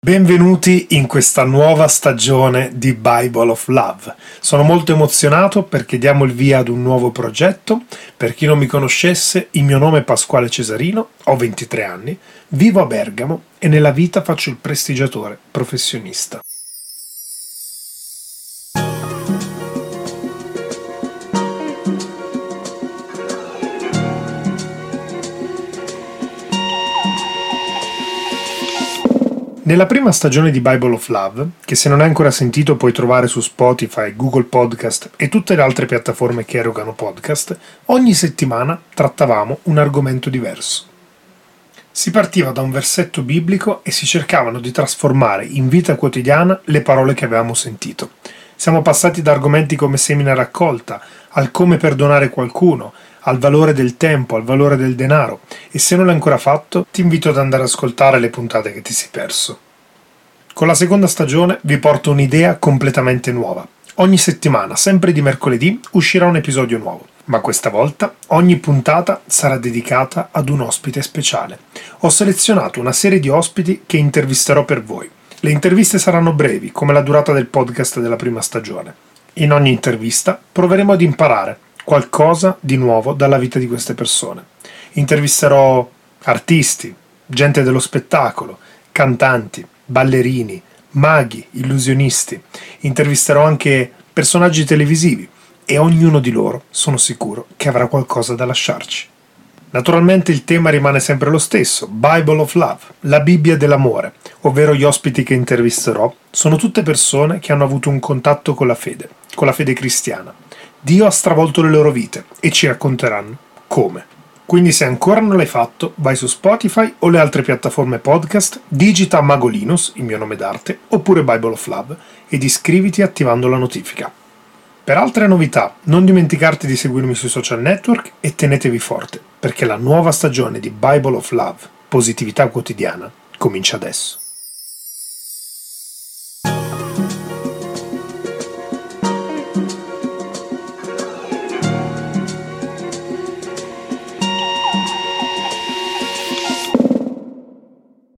Benvenuti in questa nuova stagione di Bible of Love. Sono molto emozionato perché diamo il via ad un nuovo progetto. Per chi non mi conoscesse, il mio nome è Pasquale Cesarino, ho 23 anni, vivo a Bergamo e nella vita faccio il prestigiatore professionista. Nella prima stagione di Bible of Love, che se non hai ancora sentito puoi trovare su Spotify, Google Podcast e tutte le altre piattaforme che erogano podcast, ogni settimana trattavamo un argomento diverso. Si partiva da un versetto biblico e si cercavano di trasformare in vita quotidiana le parole che avevamo sentito. Siamo passati da argomenti come semina raccolta, al come perdonare qualcuno, al valore del tempo, al valore del denaro, e se non l'hai ancora fatto ti invito ad andare ad ascoltare le puntate che ti sei perso. Con la seconda stagione vi porto un'idea completamente nuova. Ogni settimana, sempre di mercoledì, uscirà un episodio nuovo, ma questa volta ogni puntata sarà dedicata ad un ospite speciale. Ho selezionato una serie di ospiti che intervisterò per voi. Le interviste saranno brevi, come la durata del podcast della prima stagione. In ogni intervista proveremo ad imparare qualcosa di nuovo dalla vita di queste persone. Intervisterò artisti, gente dello spettacolo, cantanti, ballerini, maghi, illusionisti. Intervisterò anche personaggi televisivi e ognuno di loro sono sicuro che avrà qualcosa da lasciarci. Naturalmente il tema rimane sempre lo stesso, Bible of Love, la Bibbia dell'amore, ovvero gli ospiti che intervisterò sono tutte persone che hanno avuto un contatto con la fede cristiana. Dio ha stravolto le loro vite e ci racconteranno come. Quindi se ancora non l'hai fatto, vai su Spotify o le altre piattaforme podcast, digita Magolinus, il mio nome d'arte, oppure Bible of Love ed iscriviti attivando la notifica. Per altre novità, non dimenticarti di seguirmi sui social network e tenetevi forte, perché la nuova stagione di Bible of Love, positività quotidiana, comincia adesso.